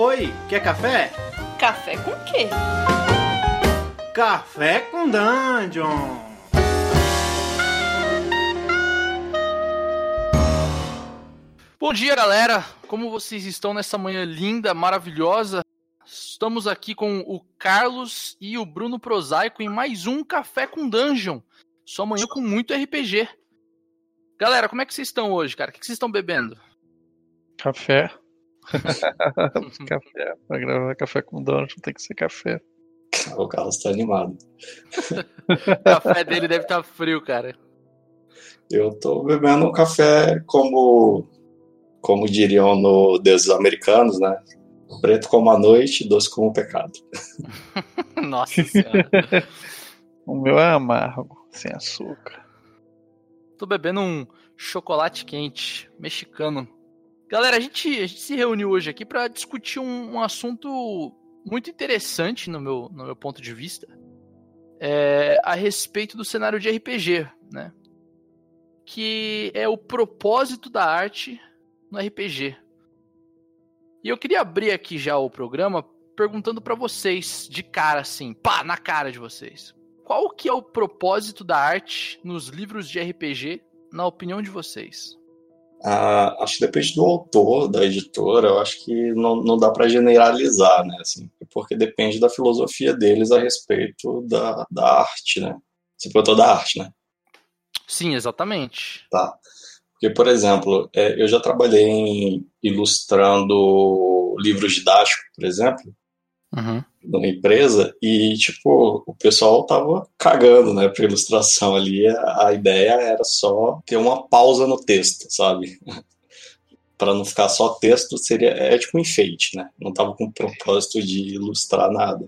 Oi, quer café? Café com quê? Café com Dungeon! Bom dia, galera! Como vocês estão nessa manhã linda, maravilhosa? Estamos aqui com o Carlos e o Bruno Prosaico em mais um Café com Dungeon. Sua manhã com muito RPG. Galera, como é que vocês estão hoje, cara? O que vocês estão bebendo? Café. Café. Pra gravar Café com Dungeon tem que ser café. O Carlos tá animado. O café dele deve estar frio, cara. Eu tô bebendo um café como diriam no Deuses Americanos, né? Preto como a noite, doce como o pecado. Nossa senhora. O meu é amargo, sem açúcar. Tô bebendo um chocolate quente mexicano. Galera, a gente se reuniu hoje aqui para discutir um assunto muito interessante no meu ponto de vista, a respeito do cenário de RPG, né? Que é o propósito da arte no RPG. E eu queria abrir aqui já o programa perguntando para vocês, de cara assim, pá, na cara de vocês. Qual que é o propósito da arte nos livros de RPG, na opinião de vocês? Acho que depende do autor, da editora. Eu acho que não dá para generalizar, né? Assim, porque depende da filosofia deles a respeito da arte, né? Você perguntou da arte, né? Sim, exatamente. Tá. Porque, por exemplo, eu já trabalhei ilustrando livros didáticos, por exemplo, numa empresa, e, tipo, o pessoal tava cagando, né, pra ilustração ali. A ideia era só ter uma pausa no texto, sabe? Para não ficar só texto, é tipo um enfeite, né? Não tava com o propósito de ilustrar nada.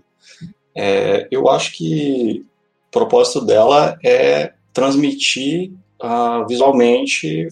Eu acho que o propósito dela é transmitir visualmente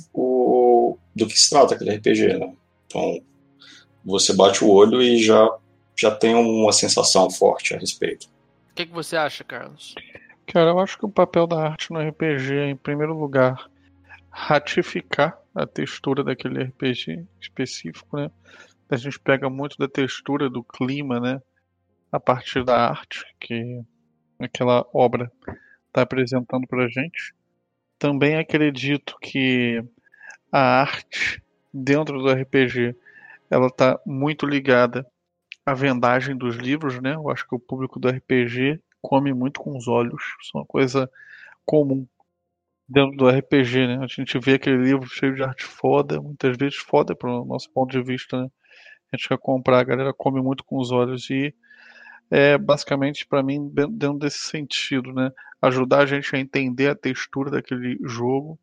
do que se trata aquele RPG, né? Então, você bate o olho e já tem uma sensação forte a respeito. O que você acha, Carlos? Cara, eu acho que o papel da arte no RPG é, em primeiro lugar, ratificar a textura daquele RPG específico, né? A gente pega muito da textura, do clima, né? A partir da arte que aquela obra está apresentando pra gente. Também acredito que a arte dentro do RPG ela está muito ligada à vendagem dos livros, né? Eu acho que o público do RPG come muito com os olhos, isso é uma coisa comum dentro do RPG, né? A gente vê aquele livro cheio de arte foda, muitas vezes foda para o nosso ponto de vista, né? A gente quer comprar, a galera come muito com os olhos e basicamente para mim dentro desse sentido, né? Ajudar a gente a entender a textura daquele jogo,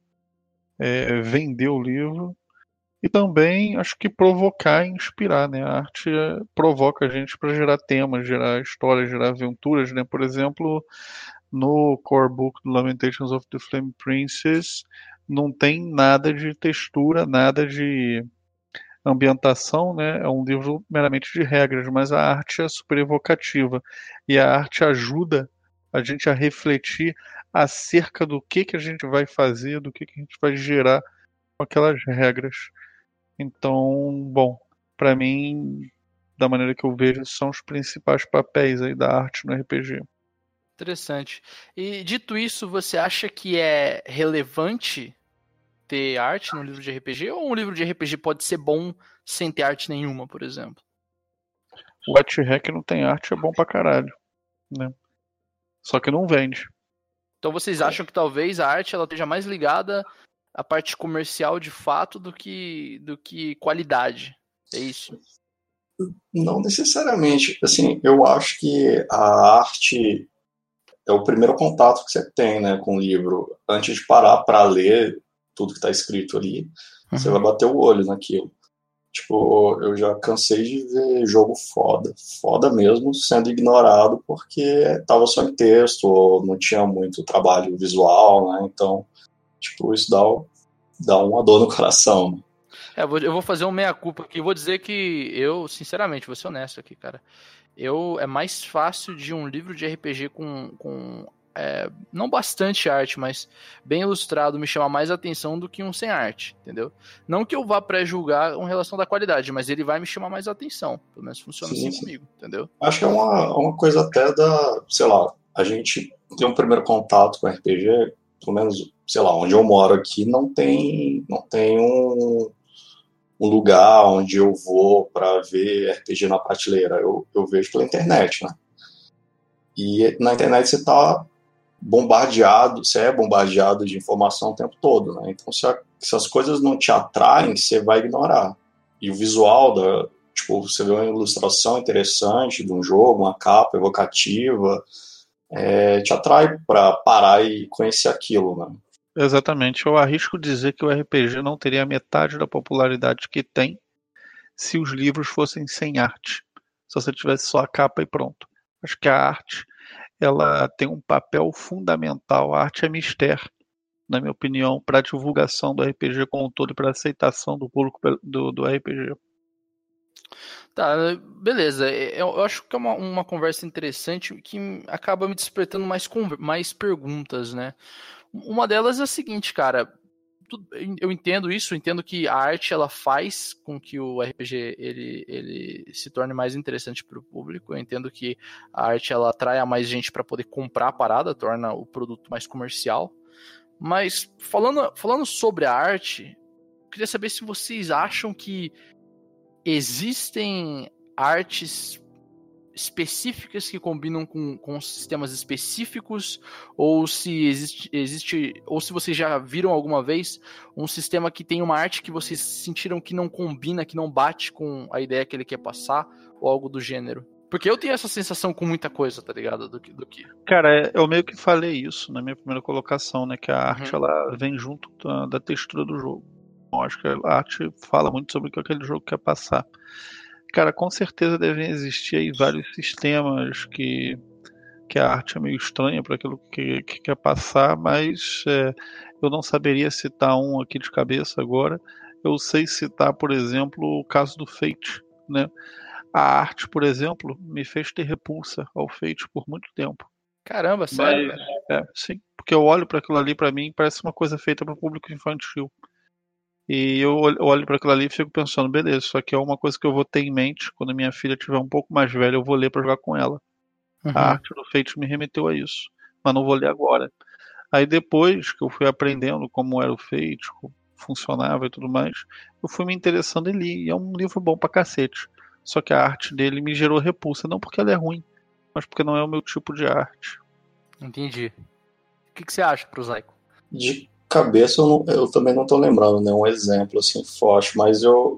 vender o livro e também acho que provocar e inspirar, né? A arte provoca a gente para gerar temas, gerar histórias, gerar aventuras, né? Por exemplo, no core book do Lamentations of the Flame Princess não tem nada de textura, nada de ambientação, né? É um livro meramente de regras, mas a arte é super evocativa e a arte ajuda a gente a refletir acerca do que a gente vai fazer, do que a gente vai gerar com aquelas regras. Então, bom, para mim, da maneira que eu vejo, são os principais papéis aí da arte no RPG. Interessante. E dito isso, você acha que é relevante ter arte no livro de RPG? Ou um livro de RPG pode ser bom sem ter arte nenhuma, por exemplo? O White Hack não tem arte, é bom pra caralho, né? Só que não vende. Então vocês acham que talvez a arte ela esteja mais ligada à parte comercial de fato do que qualidade? É isso? Não necessariamente. Assim, eu acho que a arte é o primeiro contato que você tem, né, com o livro. Antes de parar para ler tudo que está escrito ali, você vai bater o olho naquilo. Tipo, eu já cansei de ver jogo foda mesmo, sendo ignorado porque tava só em texto, ou não tinha muito trabalho visual, né? Então, tipo, isso dá uma dor no coração, né? Eu vou fazer um meia-culpa aqui. Eu vou dizer que eu, sinceramente, vou ser honesto aqui, cara. É mais fácil de um livro de RPG com não bastante arte, mas bem ilustrado, me chama mais atenção do que um sem arte, entendeu? Não que eu vá pré-julgar em relação da qualidade, mas ele vai me chamar mais atenção. Pelo menos funciona assim comigo, entendeu? Acho que é uma coisa até sei lá, a gente tem um primeiro contato com RPG, pelo menos, sei lá, onde eu moro aqui, não tem um lugar onde eu vou para ver RPG na prateleira. Eu vejo pela internet, né? E na internet você é bombardeado de informação o tempo todo, né? Então, se as coisas não te atraem, você vai ignorar. E o visual, você vê uma ilustração interessante de um jogo, uma capa evocativa, te atrai para parar e conhecer aquilo, né? Exatamente. Eu arrisco dizer que o RPG não teria metade da popularidade que tem se os livros fossem sem arte. Se você tivesse só a capa e pronto. Acho que a arte, ela tem um papel fundamental. A arte é mistério, na minha opinião, para a divulgação do RPG como um todo e para a aceitação do público do RPG. Tá, beleza. Eu acho que é uma conversa interessante que acaba me despertando mais perguntas, né? Uma delas é a seguinte, cara. Eu entendo isso, entendo que a arte ela faz com que o RPG ele se torne mais interessante para o público. Eu entendo que a arte ela atrai mais gente para poder comprar a parada, torna o produto mais comercial. Mas falando sobre a arte, eu queria saber se vocês acham que existem artes específicas que combinam com sistemas específicos, ou se existe, ou se vocês já viram alguma vez um sistema que tem uma arte que vocês sentiram que não combina, que não bate com a ideia que ele quer passar, ou algo do gênero. Porque eu tenho essa sensação com muita coisa, tá ligado? Do que... Cara, eu meio que falei isso na minha primeira colocação, né? Que a arte ela vem junto da textura do jogo. Eu acho que a arte fala muito sobre o que aquele jogo quer passar. Cara, com certeza devem existir aí vários sistemas que a arte é meio estranha para aquilo que quer passar, mas eu não saberia citar um aqui de cabeça agora. Eu sei citar, por exemplo, o caso do Fate, né? A arte, por exemplo, me fez ter repulsa ao Fate por muito tempo. Caramba, sério? Sim, porque eu olho para aquilo ali, para mim, parece uma coisa feita para o público infantil. E eu olho para aquilo ali e fico pensando, beleza, isso aqui é uma coisa que eu vou ter em mente quando minha filha estiver um pouco mais velha, eu vou ler para jogar com ela. A arte do Fate me remeteu a isso, mas não vou ler agora. Aí depois que eu fui aprendendo como era o Fate, como funcionava e tudo mais, eu fui me interessando em ler, e é um livro bom pra cacete. Só que a arte dele me gerou repulsa, não porque ela é ruim, mas porque não é o meu tipo de arte. Entendi. O que você acha, Prosaico? De cabeça eu também não tô lembrando, né, um exemplo assim forte, mas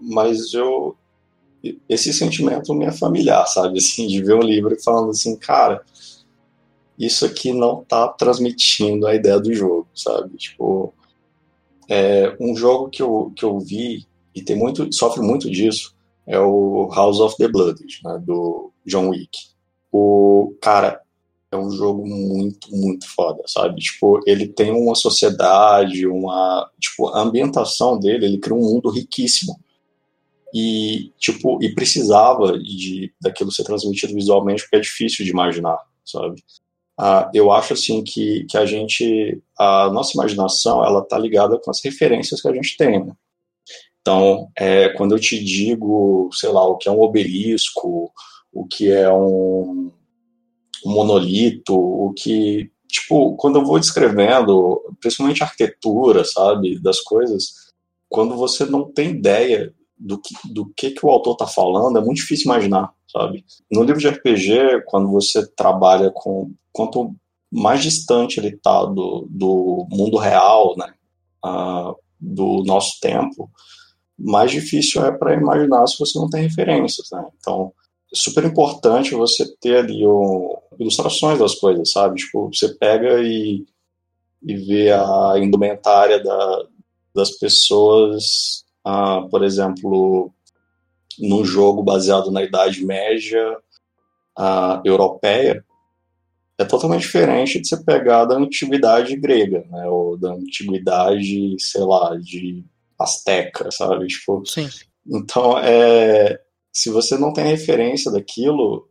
esse sentimento me é familiar, sabe, assim, de ver um livro e falando assim, cara, isso aqui não tá transmitindo a ideia do jogo, sabe, tipo, um jogo que eu vi e sofre muito disso é o House of the Blood, né, do John Wick. O cara é um jogo muito, muito foda, sabe? Tipo, ele tem uma sociedade, tipo, a ambientação dele, ele cria um mundo riquíssimo. E, tipo, precisava daquilo ser transmitido visualmente, porque é difícil de imaginar, sabe? Eu acho, assim, que a nossa imaginação, ela tá ligada com as referências que a gente tem, né? Então, quando eu te digo, sei lá, o que é um obelisco, o que é um monolito, o que, tipo, quando eu vou descrevendo, principalmente a arquitetura, sabe, das coisas, quando você não tem ideia do que o autor tá falando, é muito difícil imaginar, sabe. No livro de RPG, quando você trabalha quanto mais distante ele tá do mundo real, né, do nosso tempo, mais difícil é para imaginar se você não tem referências, né. Então, é super importante você ter ali ilustrações das coisas, sabe? Tipo, você pega e vê a indumentária das pessoas, por exemplo, num jogo baseado na Idade Média europeia, é totalmente diferente de você pegar da antiguidade grega, né? Ou da antiguidade, sei lá, de asteca, sabe? Tipo, sim. Então, se você não tem referência daquilo,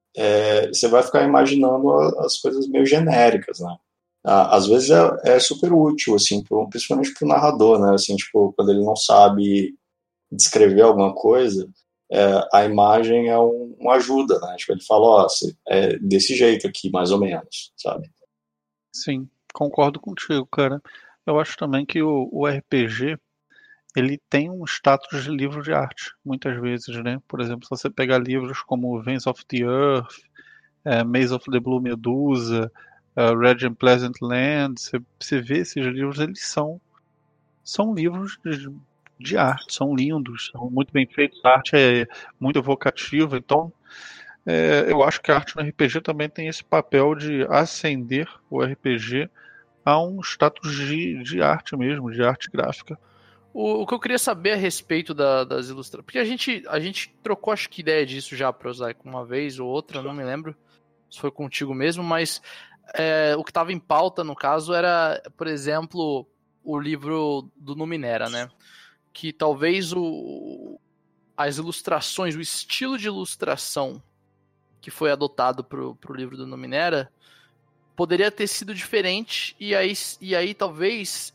você vai ficar imaginando as coisas meio genéricas, né? Às vezes é super útil, assim, principalmente para o narrador, né? Assim, tipo, quando ele não sabe descrever alguma coisa, a imagem é uma ajuda, né? Tipo, ele fala, ó, é desse jeito aqui, mais ou menos, sabe? Sim, concordo contigo, cara. Eu acho também que o RPG, ele tem um status de livro de arte, muitas vezes, né? Por exemplo, se você pegar livros como Veins of the Earth, Maze of the Blue Medusa, Red and Pleasant Land, você vê esses livros, eles são livros de arte, são lindos, são muito bem feitos, a arte é muito evocativa, então eu acho que a arte no RPG também tem esse papel de ascender o RPG a um status de arte mesmo, de arte gráfica. O que eu queria saber a respeito das ilustrações, porque a gente trocou, acho que ideia disso já, Prosaico, uma vez ou outra, não me lembro se foi contigo mesmo, mas o que estava em pauta, no caso, era, por exemplo, o livro do Numenera, né? Que talvez as ilustrações, o estilo de ilustração que foi adotado pro livro do Numenera poderia ter sido diferente e aí talvez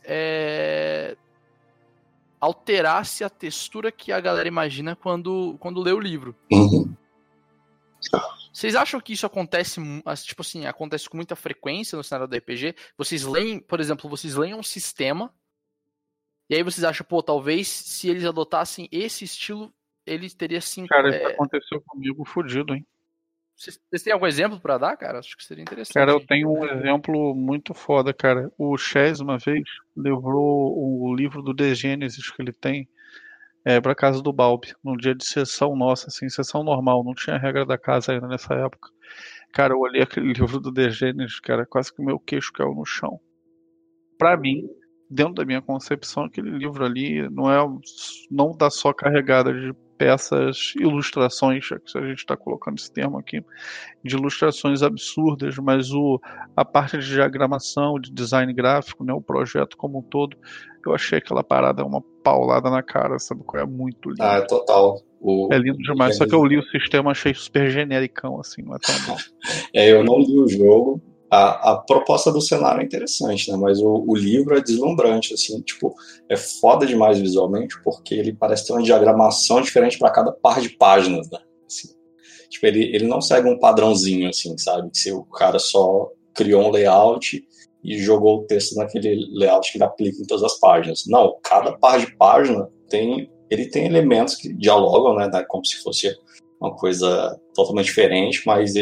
alterasse a textura que a galera imagina quando lê o livro. Uhum. Vocês acham que isso acontece, tipo assim, acontece com muita frequência no cenário do RPG? Vocês leem, por exemplo, um sistema e aí vocês acham, pô, talvez se eles adotassem esse estilo, ele teria sim... Cara, isso aconteceu comigo fudido, hein? Vocês têm algum exemplo pra dar, cara? Acho que seria interessante. Cara, eu tenho um exemplo muito foda, cara. O Chaz, uma vez, levou o livro do The Genesis que ele tem pra casa do Balbi, num dia de sessão nossa, assim, sessão normal, não tinha regra da casa ainda nessa época. Cara, eu olhei aquele livro do The Genesis, cara, quase que o meu queixo caiu no chão. Pra mim, dentro da minha concepção, aquele livro ali não dá só carregada de peças, ilustrações, já que a gente está colocando esse termo aqui, de ilustrações absurdas, mas a parte de diagramação, de design gráfico, né, o projeto como um todo, eu achei aquela parada uma paulada na cara, sabe? É muito lindo. É total. É lindo demais, só que eu li o sistema, achei super genericão, assim, não é tão bom. Eu não li o jogo. A proposta do cenário é interessante, né? Mas o livro é deslumbrante, assim, tipo, é foda demais visualmente, porque ele parece ter uma diagramação diferente para cada par de páginas, né? Assim, tipo, ele não segue um padrãozinho, assim, sabe? Que se o cara só criou um layout e jogou o texto naquele layout que ele aplica em todas as páginas. Não, cada par de página ele tem elementos que dialogam, né? Como se fosse uma coisa totalmente diferente, mas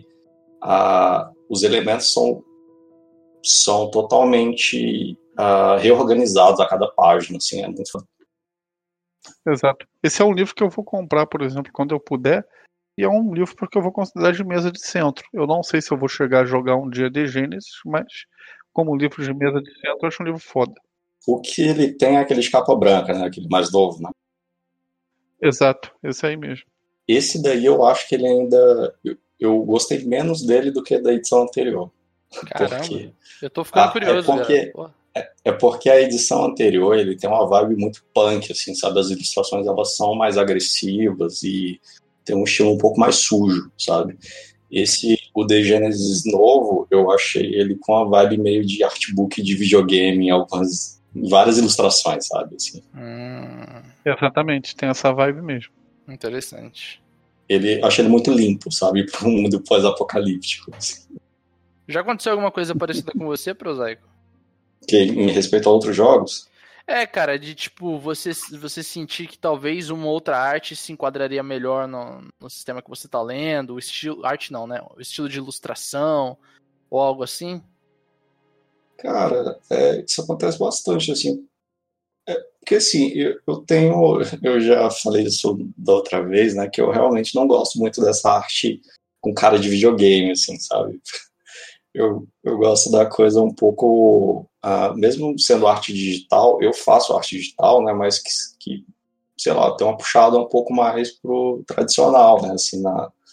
os elementos são totalmente reorganizados a cada página, assim, é muito... Exato. Esse é um livro que eu vou comprar, por exemplo, quando eu puder, e é um livro porque eu vou considerar de mesa de centro. Eu não sei se eu vou chegar a jogar um dia de Gênesis, mas como livro de mesa de centro, eu acho um livro foda. O que ele tem é aquele de capa branca, né, aquele mais novo, né? Exato, esse aí mesmo. Esse daí eu acho que ele ainda... Eu gostei menos dele do que da edição anterior. Caramba, porque... eu tô ficando curioso, É porque a edição anterior, ele tem uma vibe muito punk, assim, sabe? As ilustrações, elas são mais agressivas e tem um estilo um pouco mais sujo, sabe? O The Genesis novo, eu achei ele com uma vibe meio de artbook de videogame em várias ilustrações, sabe? Assim. Exatamente, tem essa vibe mesmo. Interessante. Achei ele muito limpo, sabe? Para um mundo pós-apocalíptico. Assim. Já aconteceu alguma coisa parecida com você, Prosaico? Em respeito a outros jogos? Cara, de tipo, você sentir que talvez uma outra arte se enquadraria melhor no sistema que você tá lendo, o estilo... Arte não, né? O estilo de ilustração, ou algo assim? Cara, isso acontece bastante, assim. Porque assim, eu já falei isso da outra vez, né, que eu realmente não gosto muito dessa arte com cara de videogame, assim, sabe? Eu gosto da coisa um pouco, mesmo sendo arte digital, eu faço arte digital, né, mas que sei lá, tem uma puxada um pouco mais pro tradicional, né, assim,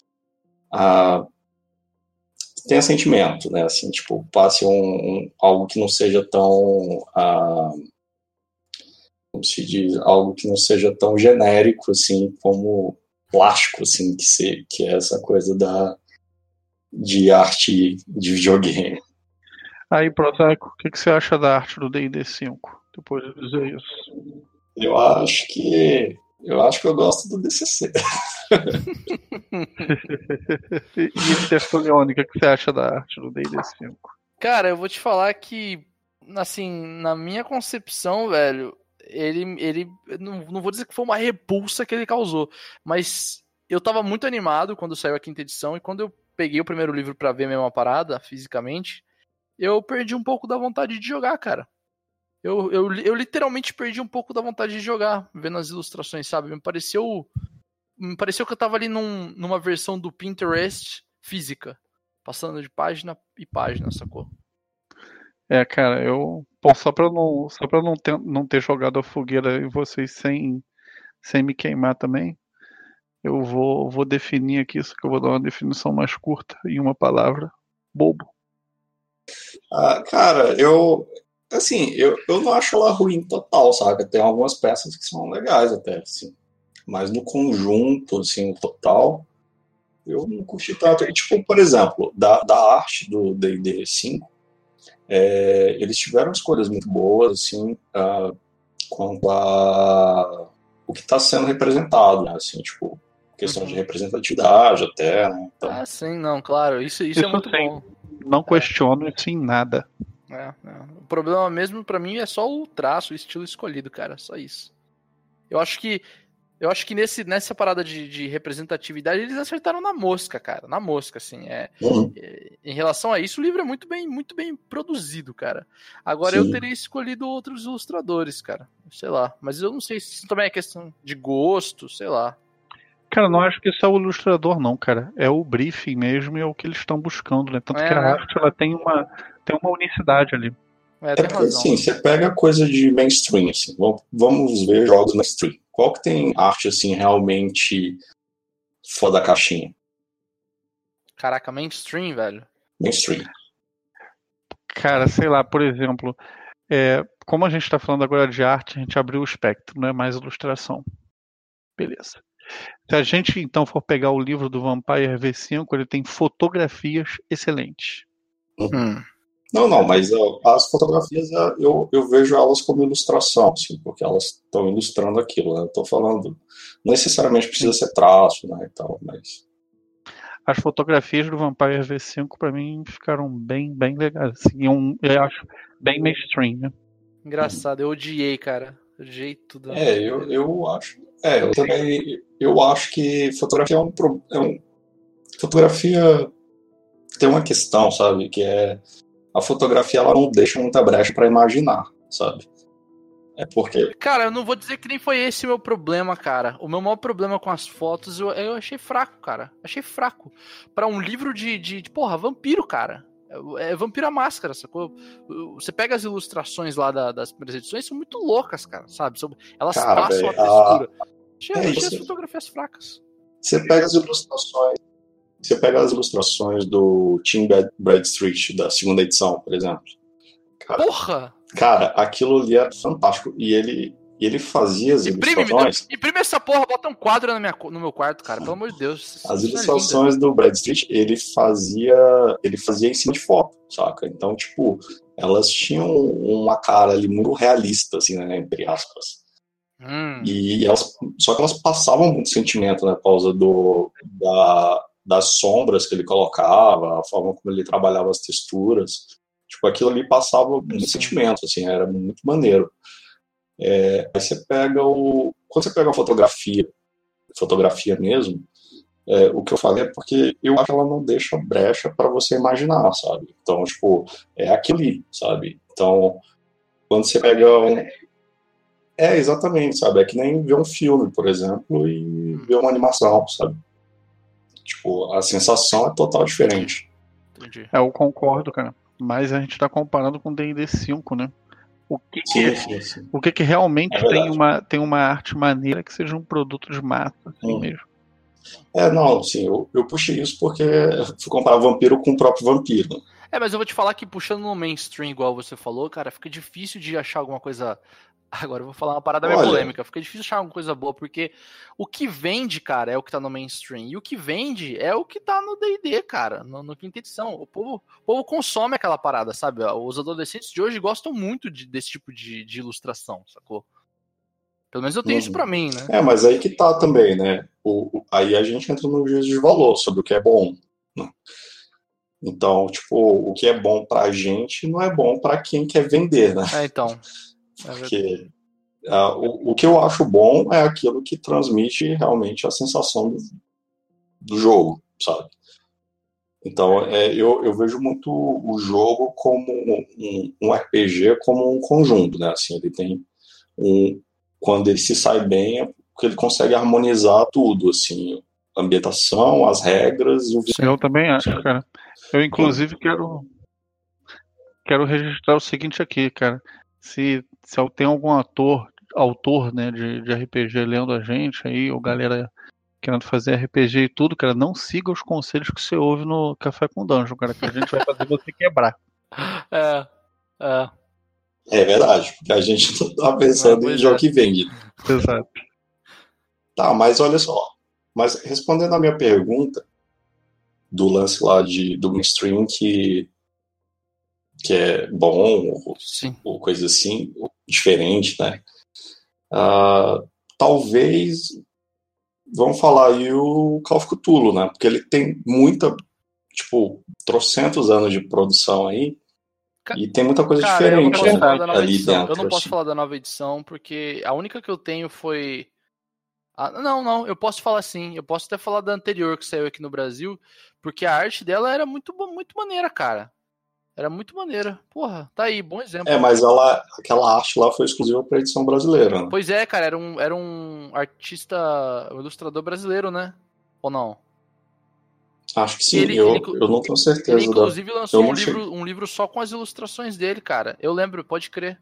tenha sentimento, né, assim, tipo, passe algo que não seja tão... como se diz, algo que não seja tão genérico, assim, como plástico, assim, que é essa coisa de arte de videogame. Aí, Protaico, o que você acha da arte do D&D 5? Depois de dizer isso. Eu acho que eu gosto do DCC. E Tertulione, o que você acha da arte do D&D 5? Cara, eu vou te falar que, assim, na minha concepção, velho, ele não vou dizer que foi uma repulsa que ele causou, mas eu tava muito animado quando saiu a quinta edição, e quando eu peguei o primeiro livro pra ver a mesma parada, fisicamente, eu perdi um pouco da vontade de jogar, cara. Eu literalmente perdi um pouco da vontade de jogar, vendo as ilustrações, sabe? Me pareceu que eu tava ali numa versão do Pinterest física, passando de página e página, sacou? Cara, só pra não ter jogado a fogueira em vocês sem me queimar também, eu vou definir aqui, só que eu vou dar uma definição mais curta em uma palavra: bobo. Cara, eu não acho ela ruim total, sabe? Tem algumas peças que são legais até, assim. Mas no conjunto, assim, total, eu não curti tanto. E, tipo, por exemplo, da arte do D&D 5, eles tiveram escolhas muito boas, assim, quanto a o que está sendo representado, né? Assim, tipo, questão de representatividade até, né? Então, sim, não, claro, isso é muito bom. Não questiono isso em nada. O problema mesmo pra mim é só o traço, o estilo escolhido, cara, só isso. Eu acho que nessa parada de representatividade eles acertaram na mosca, cara, na mosca, assim. Em relação a isso, o livro é muito bem produzido, cara. Agora eu teria escolhido outros ilustradores, cara, sei lá, mas eu não sei se também é questão de gosto, sei lá. Cara, não acho que isso é o ilustrador, não, cara. É o briefing mesmo e é o que eles estão buscando, né? Tanto que a arte, ela tem uma unicidade ali. Tem razão. Assim, você pega coisa de mainstream, assim, vamos ver jogos mainstream. Qual que tem arte, assim, realmente fora da caixinha? Caraca, mainstream, velho. Mainstream. Cara, sei lá, por exemplo, como a gente tá falando agora de arte, a gente abriu o espectro, não é mais ilustração. Beleza. Se a gente então for pegar o livro do Vampire V5, ele tem fotografias excelentes. Não, mas as fotografias eu vejo elas como ilustração, assim, porque elas estão ilustrando aquilo, né? Eu tô falando, não necessariamente precisa ser traço, né, e tal, mas... As fotografias do Vampire V5 pra mim ficaram bem legais, assim, eu acho bem mainstream, né? Engraçado, eu odiei, cara. Odiei tudo. Eu acho... eu também... Eu acho que fotografia fotografia tem uma questão, sabe, que é... A fotografia, ela não deixa muita brecha pra imaginar, sabe? É porque... Cara, eu não vou dizer que nem foi esse o meu problema, cara. O meu maior problema com as fotos, eu achei fraco, cara. Achei fraco. Pra um livro de porra, vampiro, cara. É Vampiro à Máscara, sacou? Você pega as ilustrações lá das primeiras edições, são muito loucas, cara, sabe? Elas passam a textura. Achei as fotografias fracas. Você pega as ilustrações do Tim Bradstreet da segunda edição, por exemplo. Porra! Cara, aquilo ali é fantástico. E ele fazia as ilustrações... Imprime essa porra, bota um quadro no meu quarto, cara. Pelo amor de Deus. As ilustrações do Bradstreet, ele fazia em cima de foto, saca? Então, tipo, elas tinham uma cara ali muito realista, assim, né? Entre aspas. E só que elas passavam muito sentimento, né? Por causa das sombras que ele colocava, a forma como ele trabalhava as texturas. Tipo, aquilo ali passava muito sentimento, assim, era muito maneiro. Aí você pega quando você pega a fotografia mesmo, o que eu falei é porque eu acho que ela não deixa brecha para você imaginar, sabe? Então, tipo, é aquilo ali, sabe? Então, quando você pega exatamente, sabe? É que nem ver um filme, por exemplo, e ver uma animação, sabe? Tipo, a sensação é total diferente. Entendi. Eu concordo, cara. Mas a gente tá comparando com o D&D 5, né? O que realmente tem uma arte maneira que seja um produto de massa, assim mesmo. Não, sim, eu puxei isso porque fui comparar vampiro com o próprio vampiro. Mas eu vou te falar que puxando no mainstream, igual você falou, cara, fica difícil de achar alguma coisa Agora eu vou falar uma parada meio polêmica. Fica difícil achar uma coisa boa, porque o que vende, cara, é o que tá no mainstream. E o que vende é o que tá no D&D, cara, no quinta edição. O povo consome aquela parada, sabe? Os adolescentes de hoje gostam muito desse tipo de ilustração, sacou? Pelo menos eu tenho isso pra mim, né? Mas aí que tá também, né? Aí a gente entra no juízo de valor sobre o que é bom, né? Então, tipo, o que é bom pra gente não é bom pra quem quer vender, né? Então. Porque o que eu acho bom é aquilo que transmite realmente a sensação do jogo, sabe? Então, eu vejo muito o jogo como um RPG, como um conjunto, né? Assim, ele tem quando ele se sai bem, é porque ele consegue harmonizar tudo, assim, a ambientação, as regras e o Eu também acho, cara. Eu, inclusive, quero registrar o seguinte aqui, cara. Se tem algum autor, né, de RPG lendo a gente aí, ou galera querendo fazer RPG e tudo, cara, não siga os conselhos que você ouve no Café com Dungeon, cara, que a gente vai fazer você quebrar. É verdade, porque a gente não tá pensando em jogo que vende. Exato. Tá, mas olha só. Mas respondendo a minha pergunta do lance lá do mainstream que é bom, ou coisa assim, diferente, né? Talvez, vamos falar aí o Call of Cthulhu, né? Porque ele tem muita, tipo, trocentos anos de produção aí, e tem muita coisa diferente ali dentro. Eu não posso falar da nova edição, porque a única que eu tenho foi... Não, eu posso falar sim. Eu posso até falar da anterior que saiu aqui no Brasil, porque a arte dela era muito maneira, cara. Era muito maneira. Porra, tá aí, bom exemplo. Mas aquela arte lá foi exclusiva pra edição brasileira, né? Pois é, cara, era um artista, um ilustrador brasileiro, né? Ou não? Acho que sim, eu não tenho certeza. Ele inclusive lançou um livro só com as ilustrações dele, cara. Eu lembro, pode crer.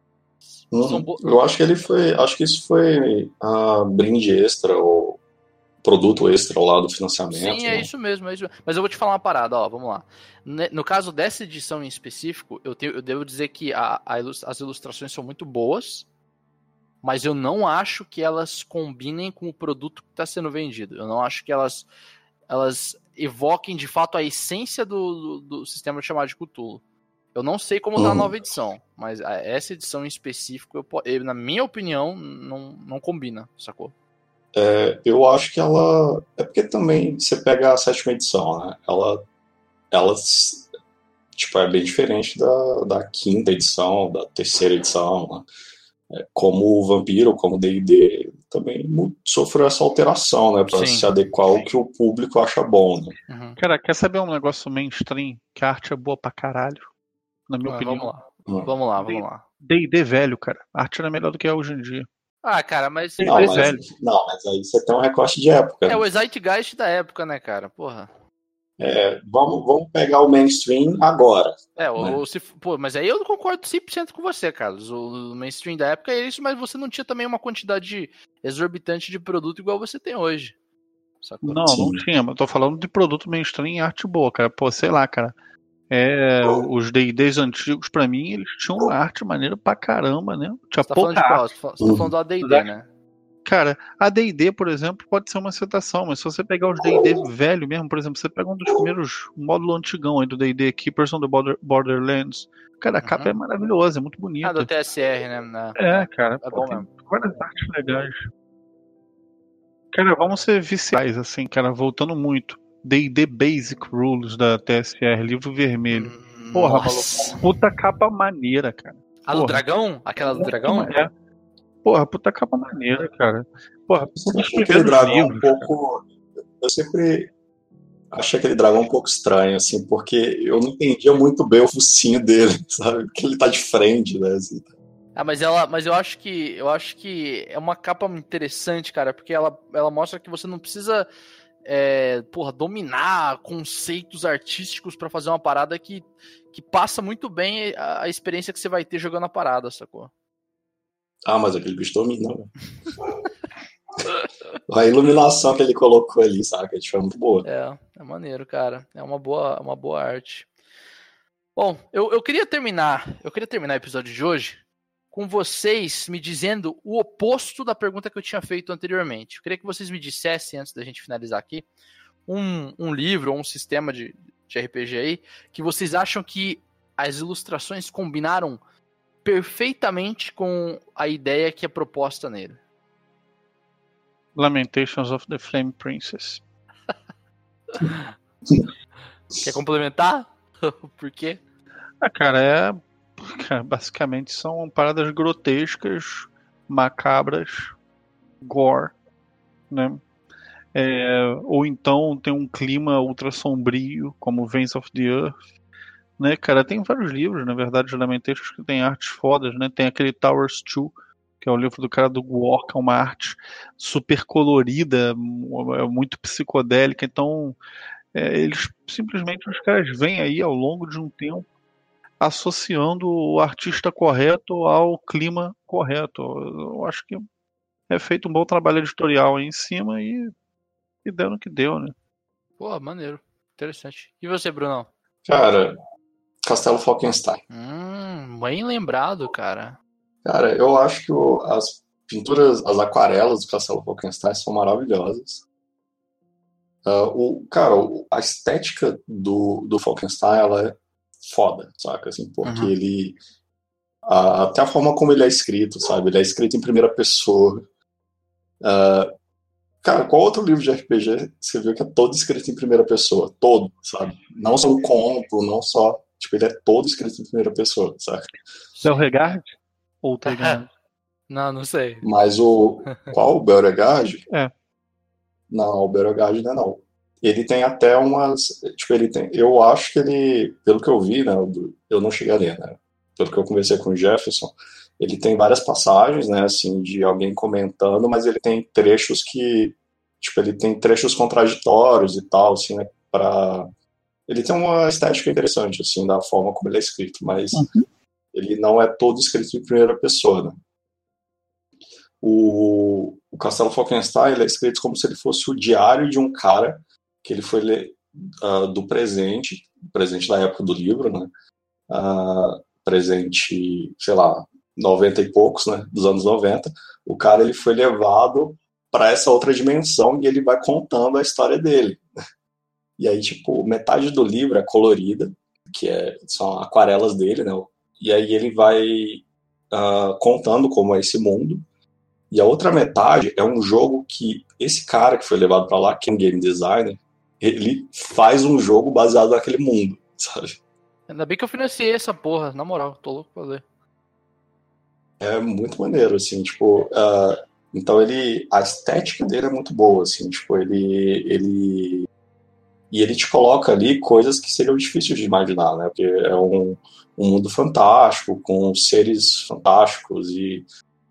Eu acho que isso foi brinde extra ou produto extra lá do financiamento. Sim, é isso mesmo. Mas eu vou te falar uma parada, ó, vamos lá. No caso dessa edição em específico, eu devo dizer que as ilustrações são muito boas, mas eu não acho que elas combinem com o produto que está sendo vendido. Eu não acho que elas evoquem de fato a essência do sistema chamado de Cthulhu. Eu não sei como tá a nova edição, mas essa edição em específico, na minha opinião, não combina, sacou? Eu acho que ela... É porque também você pega a 7ª edição, né? Ela tipo, é bem diferente da 5ª edição, da 3ª edição, né? Como o Vampiro, como o D&D, também sofreu essa alteração, né? Pra se adequar ao que o público acha bom, né? Uhum. Cara, quer saber um negócio mainstream? Que a arte é boa pra caralho, na minha opinião. Vamos lá. D&D velho, cara. A arte era melhor do que é hoje em dia. Cara, mas... Não, mas aí você tem um recorte de época. É o Zeitgeist da época, né, cara? Porra. Vamos pegar o mainstream agora. Né? Mas aí eu não concordo 100% com você, Carlos. O mainstream da época é isso, mas você não tinha também uma quantidade exorbitante de produto igual você tem hoje. Sacou? Não tinha, mas eu tô falando de produto mainstream e arte boa, cara. Pô, sei lá, cara. Os D&Ds antigos, pra mim, eles tinham uma arte maneira pra caramba, né? Tinha pouca arte. Você tá falando do AD&D, né? Cara, a D&D, por exemplo, pode ser uma citação, mas se você pegar os D&D velho mesmo, por exemplo, você pega um dos primeiros módulos antigão aí do D&D, Keepers on the Borderlands, cara, a capa é maravilhosa, é muito bonita. Do TSR, né? Cara, bom mesmo. Várias artes legais. Cara, vamos ser viciais, assim, cara, voltando muito. D&D Basic Rules da TSR, livro vermelho. Porra, maluco, puta capa maneira, cara. A do dragão? Aquela do dragão? Porra, puta capa maneira, cara. Porra, aquele dragão um pouco... Eu sempre achei aquele dragão um pouco estranho, assim, porque eu não entendia muito bem o focinho dele, sabe? Porque ele tá de frente, né? Assim. Mas eu acho que é uma capa interessante, cara, porque ela mostra que você não precisa dominar conceitos artísticos pra fazer uma parada que passa muito bem a experiência que você vai ter jogando a parada, sacou? Mas aquele bicho domina, velho. A iluminação que ele colocou ali, sabe? Que foi muito boa. É maneiro, cara. É uma boa arte. Bom, eu queria terminar o episódio de hoje com vocês me dizendo o oposto da pergunta que eu tinha feito anteriormente. Eu queria que vocês me dissessem, antes da gente finalizar aqui, um livro ou um sistema de RPG aí, que vocês acham que as ilustrações combinaram perfeitamente com a ideia que é proposta nele. Lamentations of the Flame Princess. Quer complementar? Por quê? Cara, basicamente são paradas grotescas, macabras, gore, né? Ou então tem um clima ultra sombrio, como Veins of the Earth, né? Cara, tem vários livros, na verdade, de Lamentations que tem artes fodas, né? Tem aquele Towers 2, que é o livro do cara do War, que é uma arte super colorida, muito psicodélica. Então, eles simplesmente, os caras vêm aí ao longo de um tempo associando o artista correto ao clima correto. Eu acho que é feito um bom trabalho editorial aí em cima e deu no que deu, né? Pô, maneiro. Interessante. E você, Brunão? Cara, Castelo Falkenstein. Bem lembrado, cara. Cara, eu acho que as pinturas, as aquarelas do Castelo Falkenstein são maravilhosas. A estética do Falkenstein, ela é foda, saca? Assim, porque ele... até a forma como ele é escrito, sabe? Ele é escrito em primeira pessoa. Cara, qual outro livro de RPG você viu que é todo escrito em primeira pessoa? Todo, sabe? Não só um conto, não só... Tipo, ele é todo escrito em primeira pessoa, sabe? Belregard? Ou Tegard? Não sei. Mas qual? O Beauregard? É. Não, o Beauregard não é não. Ele tem até umas... Tipo, eu acho que ele... Pelo que eu vi, né? Eu não cheguei a ler, né? Pelo que eu conversei com o Jefferson, ele tem várias passagens, né? Assim, de alguém comentando, mas ele tem trechos que... Tipo, ele tem trechos contraditórios e tal, assim, né? Ele tem uma estética interessante, assim, da forma como ele é escrito, mas ele não é todo escrito em primeira pessoa, né? O Castelo Falkenstein, ele é escrito como se ele fosse o diário de um cara que ele foi ler do presente da época do livro, né? Presente, sei lá, 90 e poucos, né? Dos anos 90. O cara, ele foi levado para essa outra dimensão e ele vai contando a história dele. E aí, tipo, metade do livro é colorida, são aquarelas dele, né? E aí ele vai contando como é esse mundo. E a outra metade é um jogo que esse cara que foi levado para lá, que é um game designer, ele faz um jogo baseado naquele mundo, sabe? Ainda bem que eu financiei essa porra, na moral, tô louco pra ler. É muito maneiro, assim, tipo... então a estética dele é muito boa, assim, tipo, E ele te coloca ali coisas que seriam difíceis de imaginar, né? Porque é um mundo fantástico, com seres fantásticos e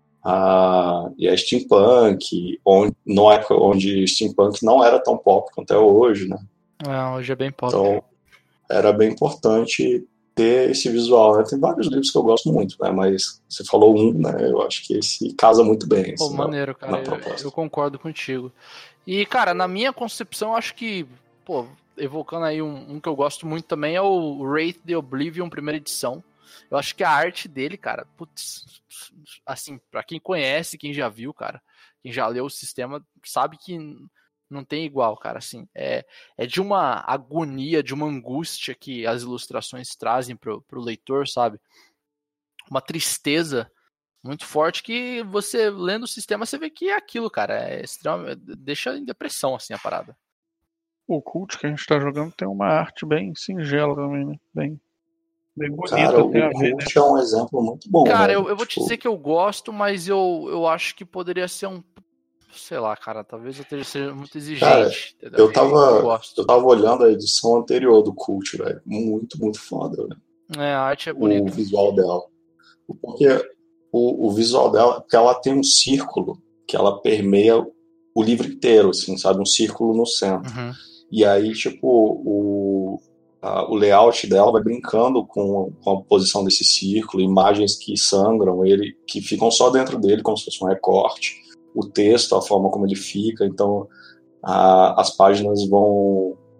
é steampunk, numa época onde steampunk não era tão pop quanto é hoje, né? Hoje é bem pop. Então, era bem importante ter esse visual, né? Tem vários livros que eu gosto muito, né? Mas você falou né? Eu acho que esse casa muito bem. Pô, maneiro, cara. Eu concordo contigo. E, cara, na minha concepção, acho que, pô, evocando aí um que eu gosto muito também é o Wraith the Oblivion, primeira edição. Eu acho que a arte dele, cara, putz, assim, pra quem conhece, quem já viu, cara, quem já leu o sistema, sabe que não tem igual, cara, assim, é de uma agonia, de uma angústia que as ilustrações trazem pro leitor, sabe? Uma tristeza muito forte que você, lendo o sistema, você vê que é aquilo, cara, deixa em depressão, assim, a parada. O Cult que a gente tá jogando tem uma arte bem singela também, né? Bem bonita. Cara, o Cult é um exemplo muito bom. Cara, né? eu vou te dizer que eu gosto, mas eu acho que poderia ser sei lá, cara, talvez eu esteja sendo muito exigente. Cara, eu tava olhando a edição anterior do Cult, velho. Muito, muito foda, velho. A arte é bonita. O visual dela. Porque o visual dela, porque ela tem um círculo que ela permeia o livro inteiro, assim, sabe? Um círculo no centro. E aí, tipo, o layout dela vai brincando com a posição desse círculo, imagens que sangram ele, que ficam só dentro dele, como se fosse um recorte. O texto, a forma como ele fica, então as páginas vão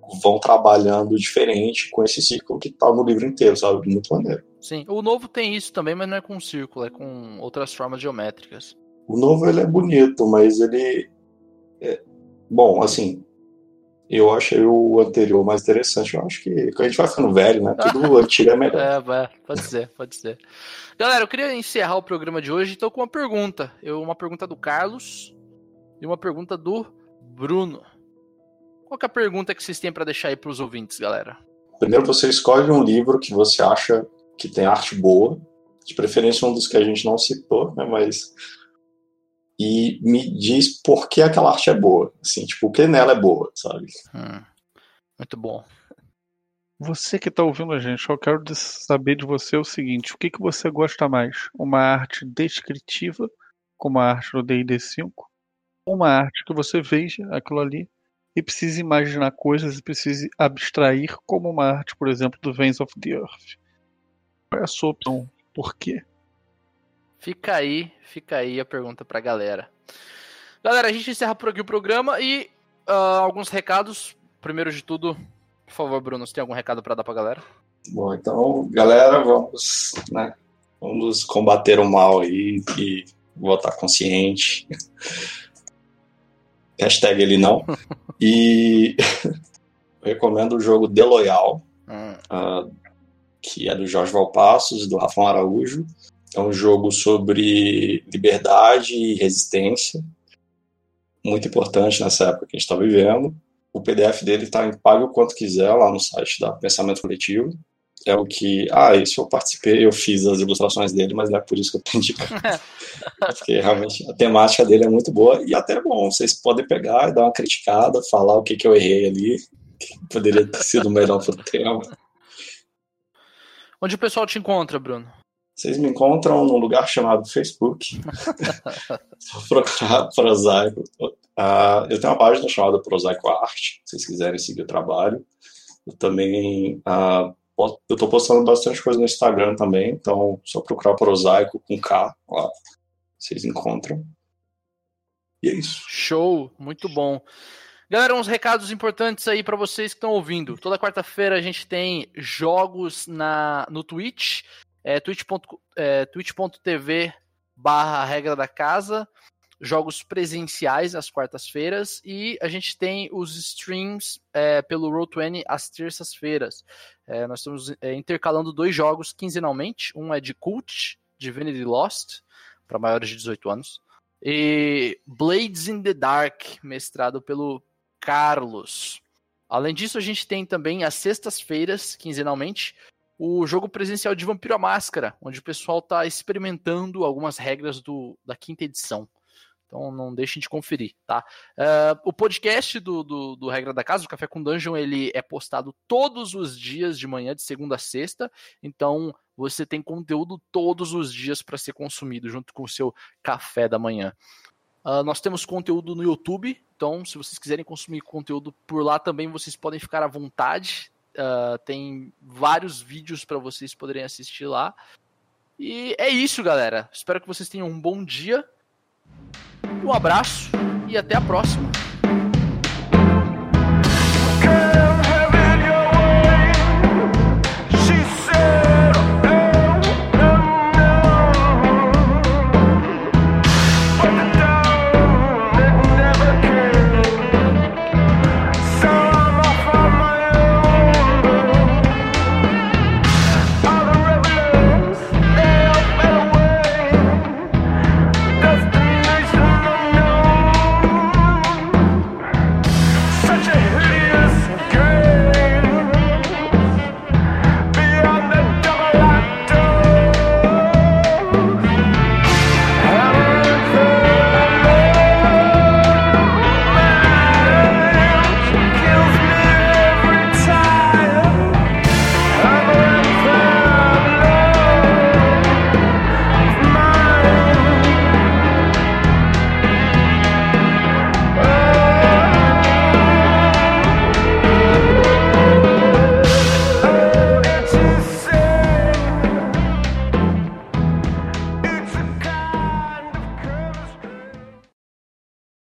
vão trabalhando diferente com esse círculo que tá no livro inteiro, sabe? Muito maneiro. Sim, o novo tem isso também, mas não é com círculo, é com outras formas geométricas. O novo, ele é bonito, mas ele... Bom, assim, eu achei o anterior mais interessante. Eu acho que a gente vai ficando velho, né? Tudo antigo é melhor. Pode ser. Galera, eu queria encerrar o programa de hoje, então, com uma pergunta. Uma pergunta do Carlos e uma pergunta do Bruno. Qual que é a pergunta que vocês têm para deixar aí para os ouvintes, galera? Primeiro, você escolhe um livro que você acha que tem arte boa, de preferência um dos que a gente não citou, né? Mas... E me diz por que aquela arte é boa. Assim, tipo, o que nela é boa, sabe? Muito bom. Você que está ouvindo a gente, eu quero saber de você o seguinte: o que você gosta mais? Uma arte descritiva, como a arte do D&D 5, ou uma arte que você veja aquilo ali e precise imaginar coisas e precise abstrair, como uma arte, por exemplo, do Veins of the Earth? Qual é a sua opção? Por quê? Fica aí a pergunta pra galera. Galera, a gente encerra por aqui o programa e alguns recados. Primeiro de tudo, por favor, Bruno, você tem algum recado pra dar pra galera? Bom, então, galera, vamos combater o mal aí e votar consciente. Hashtag ele não. E eu recomendo o jogo The Loyal, que é do Jorge Valpassos, do Rafael Araújo. É um jogo sobre liberdade e resistência, muito importante nessa época que a gente está vivendo. O PDF dele está em Pague o Quanto Quiser, lá no site da Pensamento Coletivo. É o que... isso eu participei, eu fiz as ilustrações dele, mas não é por isso que eu aprendi. Porque realmente a temática dele é muito boa e até bom. Vocês podem pegar e dar uma criticada, falar o que eu errei ali, que poderia ter sido melhor pro tema. Onde o pessoal te encontra, Bruno? Vocês me encontram num lugar chamado Facebook. Só procurar Prosaico. Eu tenho uma página chamada Prosaico Arte, se vocês quiserem seguir o trabalho. Eu também eu estou postando bastante coisa no Instagram também, então só procurar Prosaico com K lá. Vocês encontram. E é isso. Show, muito bom. Galera, uns recados importantes aí para vocês que estão ouvindo. Toda quarta-feira a gente tem jogos no Twitch. twitch.tv/regra da casa, jogos presenciais às quartas-feiras, e a gente tem os streams pelo Roll20 às terças-feiras. Nós estamos intercalando 2 jogos quinzenalmente, um é de Cult, Divinity Lost, para maiores de 18 anos, e Blades in the Dark, mestrado pelo Carlos. Além disso, a gente tem também às sextas-feiras, quinzenalmente, o jogo presencial de Vampiro à Máscara, onde o pessoal está experimentando algumas regras da 5ª edição. Então não deixem de conferir, tá? O podcast do Regra da Casa, o Café com Dungeon, ele é postado todos os dias de manhã, de segunda a sexta. Então você tem conteúdo todos os dias para ser consumido, junto com o seu café da manhã. Nós temos conteúdo no YouTube, então se vocês quiserem consumir conteúdo por lá também, vocês podem ficar à vontade. Tem vários vídeos para vocês poderem assistir lá. E é isso, galera. Espero que vocês tenham um bom dia. Um abraço e até a próxima.